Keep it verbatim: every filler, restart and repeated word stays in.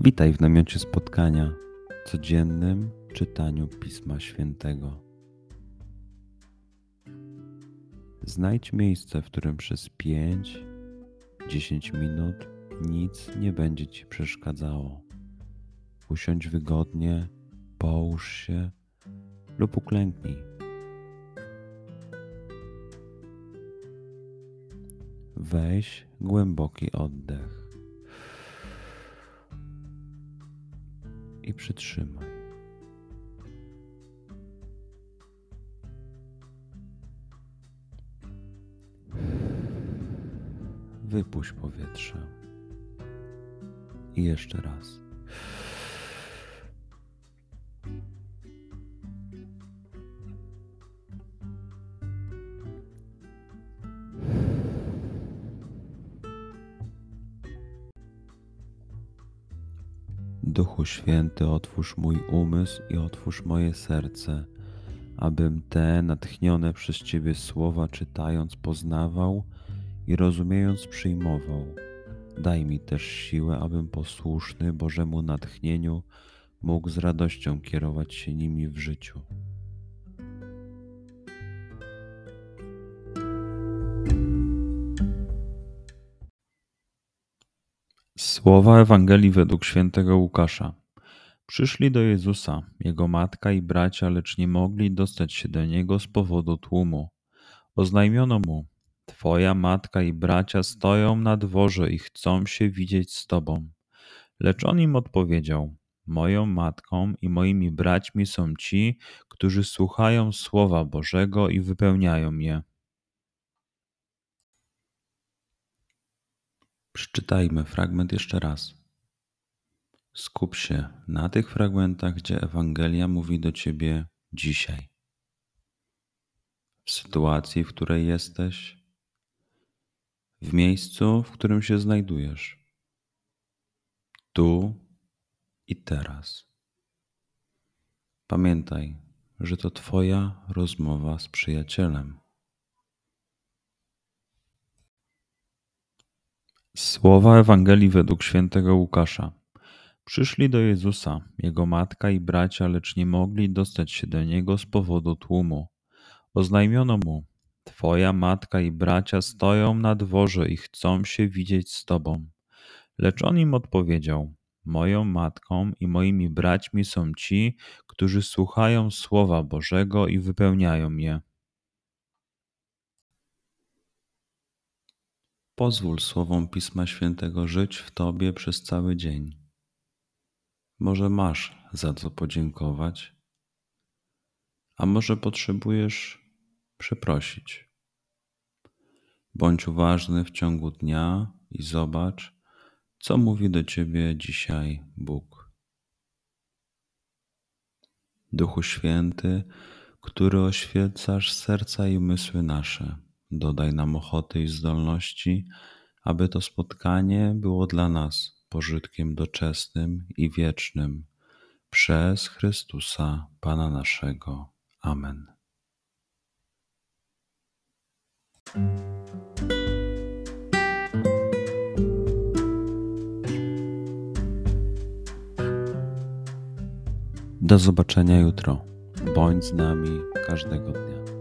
Witaj w namiocie spotkania, codziennym czytaniu Pisma Świętego. Znajdź miejsce, w którym przez pięć do dziesięciu minut nic nie będzie Ci przeszkadzało. Usiądź wygodnie, połóż się lub uklęknij. Weź głęboki oddech i przytrzymaj. Wypuść powietrze. I jeszcze raz. Duchu Święty, otwórz mój umysł i otwórz moje serce, abym te natchnione przez Ciebie słowa czytając poznawał i rozumiejąc przyjmował. Daj mi też siłę, abym posłuszny Bożemu natchnieniu mógł z radością kierować się nimi w życiu. Słowa Ewangelii według świętego Łukasza. Przyszli do Jezusa, Jego matka i bracia, lecz nie mogli dostać się do Niego z powodu tłumu. Oznajmiono Mu: Twoja matka i bracia stoją na dworze i chcą się widzieć z Tobą. Lecz On im odpowiedział: Moją matką i moimi braćmi są ci, którzy słuchają Słowa Bożego i wypełniają je. Przeczytajmy fragment jeszcze raz. Skup się na tych fragmentach, gdzie Ewangelia mówi do Ciebie dzisiaj. W sytuacji, w której jesteś, w miejscu, w którym się znajdujesz, tu i teraz. Pamiętaj, że to Twoja rozmowa z przyjacielem. Słowa Ewangelii według świętego Łukasza. Przyszli do Jezusa, Jego matka i bracia, lecz nie mogli dostać się do Niego z powodu tłumu. Oznajmiono Mu: Twoja matka i bracia stoją na dworze i chcą się widzieć z Tobą. Lecz On im odpowiedział: Moją matką i moimi braćmi są ci, którzy słuchają Słowa Bożego i wypełniają je. Pozwól słowom Pisma Świętego żyć w Tobie przez cały dzień. Może masz za co podziękować, a może potrzebujesz przeprosić. Bądź uważny w ciągu dnia i zobacz, co mówi do Ciebie dzisiaj Bóg. Duchu Święty, który oświecasz serca i umysły nasze, dodaj nam ochoty i zdolności, aby to spotkanie było dla nas pożytkiem doczesnym i wiecznym. Przez Chrystusa, Pana naszego. Amen. Do zobaczenia jutro. Bądź z nami każdego dnia.